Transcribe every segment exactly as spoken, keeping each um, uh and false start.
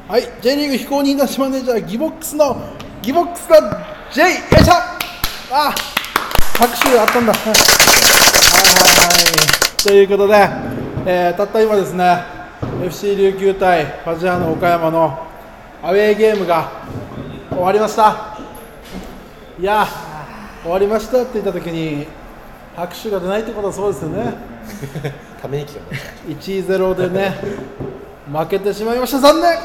はい、J リーグ非公認男子マネージャーギボックスのギボックスの J、よいしょ。あ、拍手あったんだ。はいはいはい。ということで、えー、たった今ですね、エフシー 琉球対ファジアーノ岡山のアウェーゲームが終わりました。いやー、終わりましたって言ったときに拍手が出ないってことはそうですよね。 ため息がいちたいゼロでね、負けてしまいました。残念。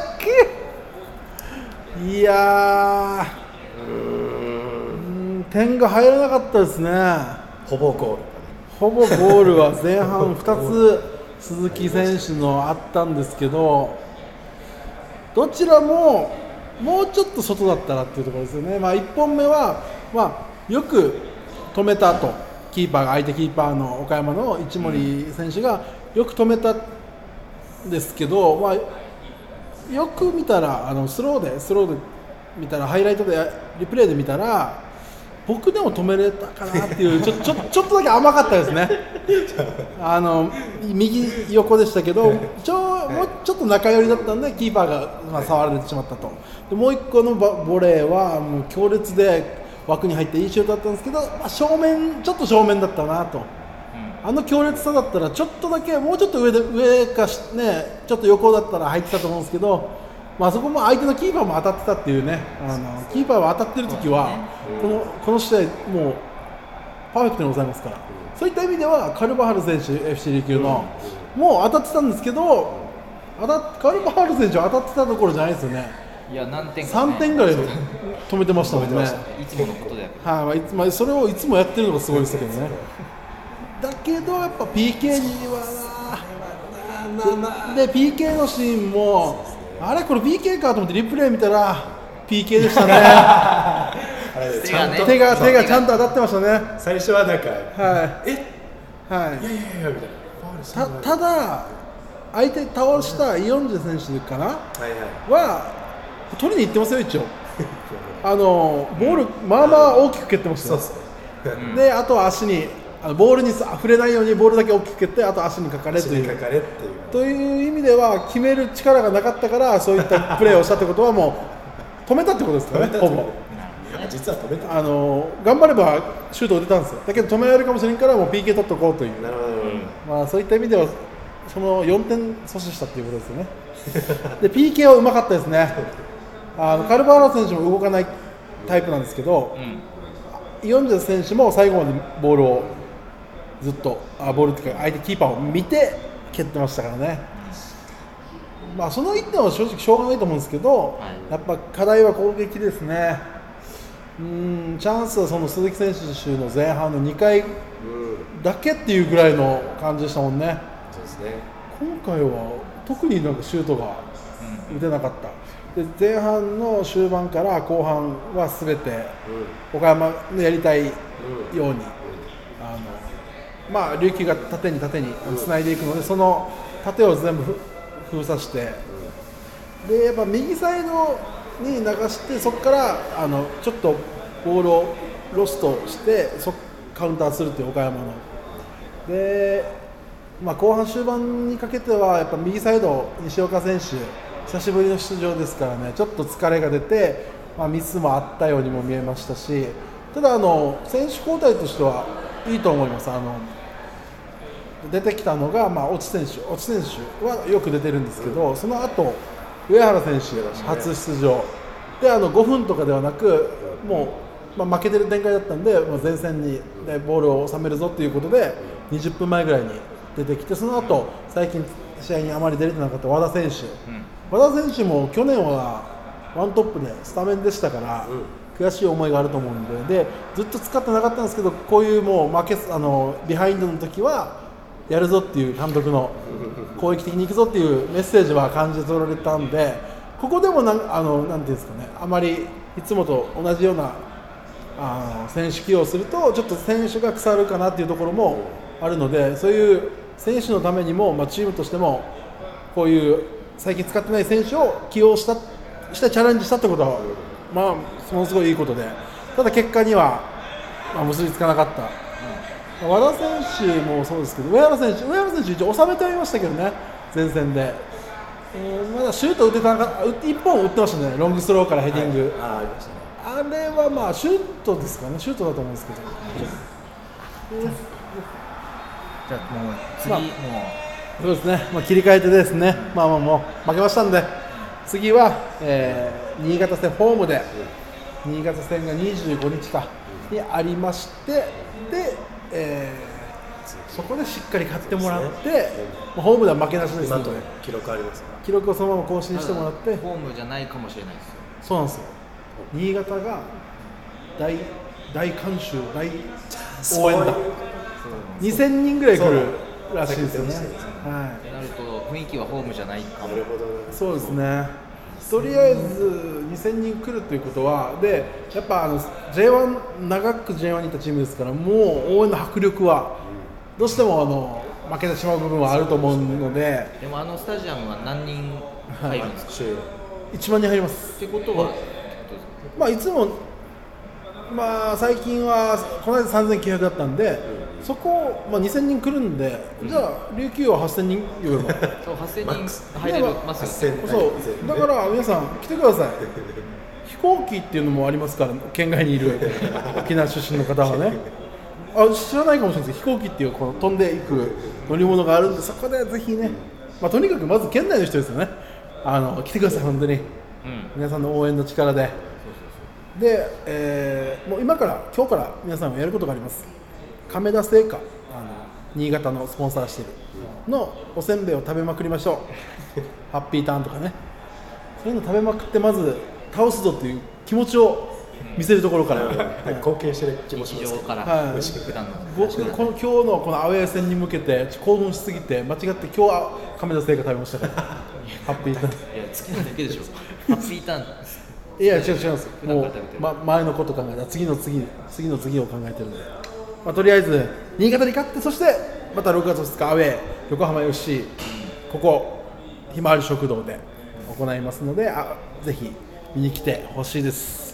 いやー、うーん、点が入らなかったですね。 ほぼゴール。 ほぼゴールは前半ふたつ鈴木選手のあったんですけど、どちらももうちょっと外だったらっていうところですよね。まあ、いっぽんめは、まあ、よく止めたと、キーパーが相手キーパーの岡山の一森選手がよく止めたんですけど、まあ、よく見たらあのスローでスローで見たらハイライトでリプレイで見たら僕でも止めれたかなっていうちょちょちょっとだけ甘かったですね。あの右横でしたけど、ちょもうちょっと中寄りだったんでキーパーが、まあ、触られてしまったと。でもう一個のボレーはもう強烈で枠に入っていいシュートだったんですけど、まあ、正面ちょっと正面だったなと。あの強烈さだったらちょっとだけもうちょっと上で上かし、ね、ちょっと横だったら入ってたと思うんですけど、まあ、そこも相手のキーパーも当たってたっていうね、あのキーパーは当たってるときはこの、この試合もうパーフェクトに抑えますから、そういった意味ではカルバハル選手 エフシー 琉球のもう当たってたんですけど、当たカルバハル選手は当たってたところじゃないですよね。 いや何点か、ね、 さんてんぐらい止めてましたもんね。 いつものことで、 はい、まあいつまあ、それをいつもやってるのがすごいですけどね。だけどやっぱ ピーケー にはなで ピーケー のシーンもあれこれ ピーケー かと思ってリプレイ見たら ピーケー でしたね。あれ手が、ね、手が手がちゃんと当たってましたね。 最初はなんか、 はい、え、はい、いやいやいやみたいな。た, ただ相手倒したイヨンジェ選手かな、はいはい、は取りに行ってますよ一応。あのボールまあまあ大きく蹴ってましたよ。そうそう、であとは足にあのボールに触れないようにボールだけ大きく蹴ってあと足にかかれというかかれっていうという意味では決める力がなかったからそういったプレーをしたってことはもう止めたってことですからね。ほぼ実は止めた。 あの頑張ればシュートを打てたんですよ。だけど止められるかもしれんからもう ピーケー 取っとこうという。なるほど、まあ、そういった意味ではそのよんてん阻止したっていうことですよね。で ピーケー はうまかったですね。あのカルバーラ選手も動かないタイプなんですけど、うん、イオンジェ選手も最後までボールをずっとあボールっていうか相手キーパーを見て蹴ってましたからね。まあそのいってんは正直しょうがないと思うんですけど、はい、やっぱ課題は攻撃ですね。うーんチャンスはその鈴木選手の前半のにかいだけっていうぐらいの感じでしたもんね。 そうですね。 今回は特になんかシュートが打てなかった。で前半の終盤から後半はすべて岡山のやりたいように、あのまあ、琉球が縦に縦につないでいくので、その縦を全部封鎖して、でやっぱ右サイドに流してそこからあのちょっとボールをロストしてそカウンターするという岡山ので、まあ、後半終盤にかけてはやっぱ右サイド西岡選手久しぶりの出場ですからね、ちょっと疲れが出て、まあ、ミスもあったようにも見えましたし、ただあの選手交代としてはいいと思います。あの出てきたのが、まあ、越智選手、越智選手はよく出てるんですけど、その後上原選手初出場であのごふんとかではなくもう、まあ、負けてる展開だったんで、まあ、前線に、ね、ボールを収めるぞということでにじゅっぷんまえぐらいに出てきて、その後最近試合にあまり出れてなかった和田選手、うん、和田選手も去年はワントップでスタメンでしたから、うん、悔しい思いがあると思うの で, でずっと使ってなかったんですけど、こういうもう負けあのビハインドの時はやるぞっていう監督の攻撃的にいくぞっていうメッセージは感じ取られたんで、ここでもなんあのなんていうんですかね、あまりいつもと同じようなあの選手起用するとちょっと選手が腐るかなっていうところもあるので、そういう選手のためにも、まあ、チームとしてもこういう最近使ってない選手を起用したしてチャレンジしたってことは、まあ、ものすごいいいことで、ただ結果には、まあ、結びつかなかった。うん、和田選手もそうですけど、上原選手、上原選手一応収めてはいましたけどね、前線で。 うんまだシュート打ってたかいっぽん打ってましたね、ロングスローからヘディング、 はい、ああ、ありましたね。 あれはまあシュートですかね、シュートだと思うんですけど、 じゃあもう次、 まあもそうですね、まあ、切り替えてですね、まあまあもう負けましたんで、次は、えー新潟戦ホームで、新潟戦がにじゅうごにちかにありまして、で、えーそこでしっかり勝ってもらって、まあホームでは負けなしです今とので、 記録ありますか記録をそのまま更新うしてもらって、 ホームじゃないかもしれないですよ。 そうなんですよ、新潟が大大観衆、大応援だ、にせんにんぐらい来るらしいですよね。 そうなんはってなると雰囲気はホームじゃないかも。 なるほど。 い、そうですね。とりあえずにせんにん来るということは、でやっぱあの ジェイワン 長く ジェイワン にいたチームですから、もう応援の迫力はどうしてもあの負けてしまう部分はあると思うので、 でもあのスタジアムは何人入るんですか、 周囲いちまんにん入ります。 ってことは、 まあいつもまあ最近はこの間さんぜんきゅうひゃくだったんで、そこ、まあ、にせんにん来るんで、じゃあ琉球ははっせんにんよりもそうはっせんにんマックス入れますよね。 そうだから皆さん来てください。飛行機っていうのもありますから、県外にいる沖縄出身の方はね、あ知らないかもしれないですけど、飛行機っていうこの飛んでいく乗り物があるんで、そこでぜひね、まあ、とにかくまず県内の人ですよね、あの来てください、本当にうん皆さんの応援の力で。で、えーもう今から今日から皆さんやることがあります。亀田製菓、あの新潟のスポンサーしているのおせんべいを食べまくりましょうハッピーターンとかね、そういうの食べまくって、まず倒すぞっていう気持ちを見せるところから、はい貢献してる気もします日常からはい普段の僕この今日のこのアウェー戦に向けて興奮しすぎて間違って今日は亀田製菓食べましたからハッピーターンいや好きなだけでしょハッピーターンいや違う違うんです普段もう、 から食べてるま、前のこと考えたら次の次次の次を考えてるので、まあ、とりあえず新潟に勝って、そしてまたろくがつふつかアウェー横浜 エフシー ここひまわり食堂で行いますので、あぜひ見に来てほしいです。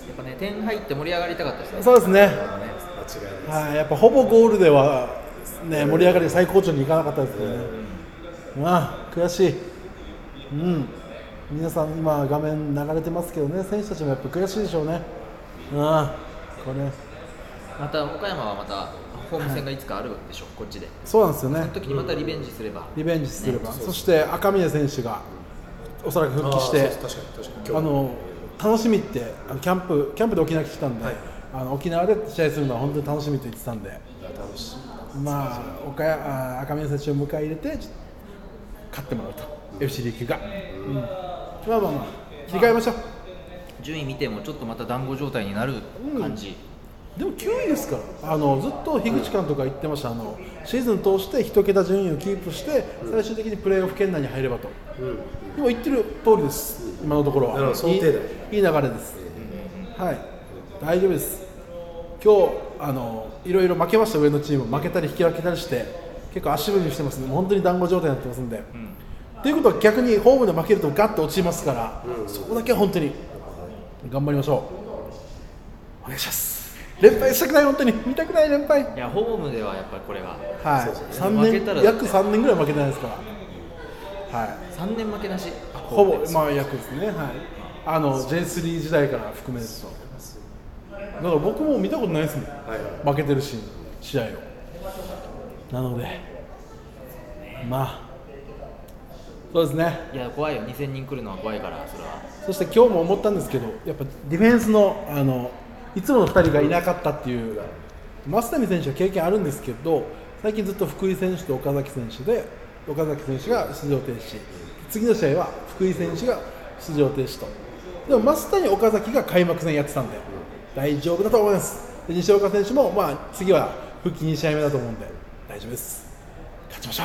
やっぱね点入って盛り上がりたかったですね。 そうですね、 間違いないはい、やっぱほぼゴールでは、ね、盛り上がり最高潮にいかなかったですよね、まあ悔しい、うん皆さん今画面流れてますけどね、選手たちもやっぱ悔しいでしょうね。ああこれまた岡山はまたホーム戦がいつかあるでしょ、こっちで。 そうなんですよねその時にまたリベンジすれば、 リベンジすれば、 ねそして赤嶺選手がおそらく復帰して、 あーそうです確かに確かにあの楽しみってあのキャンプキャンプで沖縄来てたんで、 はいあの沖縄で試合するのは本当に楽しみと言ってたんで、 楽しいまあ岡山あ赤嶺選手を迎え入れて勝ってもらうと、エフシー 琉球が、うんまあまあまあ切り替えましょう。 順位見てもちょっとまた団子状態になる感じ、 でもきゅういですから、あのずっと樋口監督が言ってました、あのシーズン通して一桁順位をキープして最終的にプレーオフ圏内に入ればと、でも言ってる通りです、今のところは。 なるほど想定内いいいい流れです、はい、大丈夫です。今日あのいろいろ負けました、上のチーム、負けたり引き分けたりして、結構足踏みしてますね、もう本当に団子状態になってますんで。ということは逆にホームで負けるとガッと落ちますから、そこだけは本当に頑張りましょう。お願いします。連敗したくない、本当に見たくない連敗。 いやホームではやっぱりこれがはいそうですね三年負けたら約さんねんぐらい負けてないですから、はい、 さんねん負けなし、 ほぼまあ約ですね、はい、あの ジェイスリー 時代から含めると、だから僕も見たことないですもん、 はい負けてるシーン、試合を。なので、まあ、そうですね。 いや怖いよ、にせんにん来るのは怖いから、それは。 そして今日も思ったんですけど、やっぱディフェンスのあのいつものふたりがいなかったっていう、増谷選手は経験あるんですけど、最近ずっと福井選手と岡崎選手で、岡崎選手が出場停止、次の試合は福井選手が出場停止と、でも増谷、岡崎が開幕戦やってたんで、大丈夫だと思います。で西岡選手も、まあ、次は復帰に試合目だと思うんで、大丈夫です。勝ちましょう。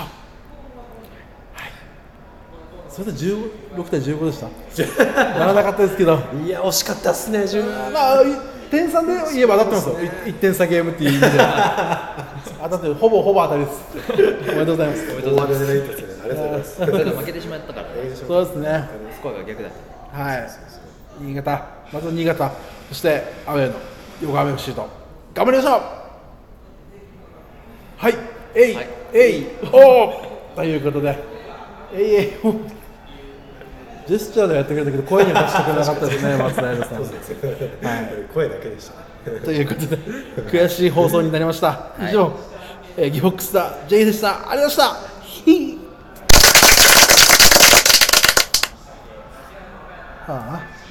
それでじゅうろくたいじゅうごでした。ならなかったですけど、 いや惜しかったですねじゅうまあ、点差で言えば当たってますよ、いってん差ゲームっていう意味で、当たってる、ほぼほぼ当たりです。おめでとうございます。 おめでとうございます。 大荒れでいいですねありがとうございますただ負けてしまったから、 そうですね、 スコアが逆だ。 はい、新潟、まず新潟、そしてアウェーの横浜 エフシー と頑張りましょう。はい、えい、 はいえい、おーということで、えいえい、おージェスチャーでやってくれたけど声には出してくれなかったですね松平さん。 そうですね。はい。声だけでしたね。 ということで悔しい放送になりました。以上、えー、ギフォックスター J でした。ありがとうございました。ひーはあ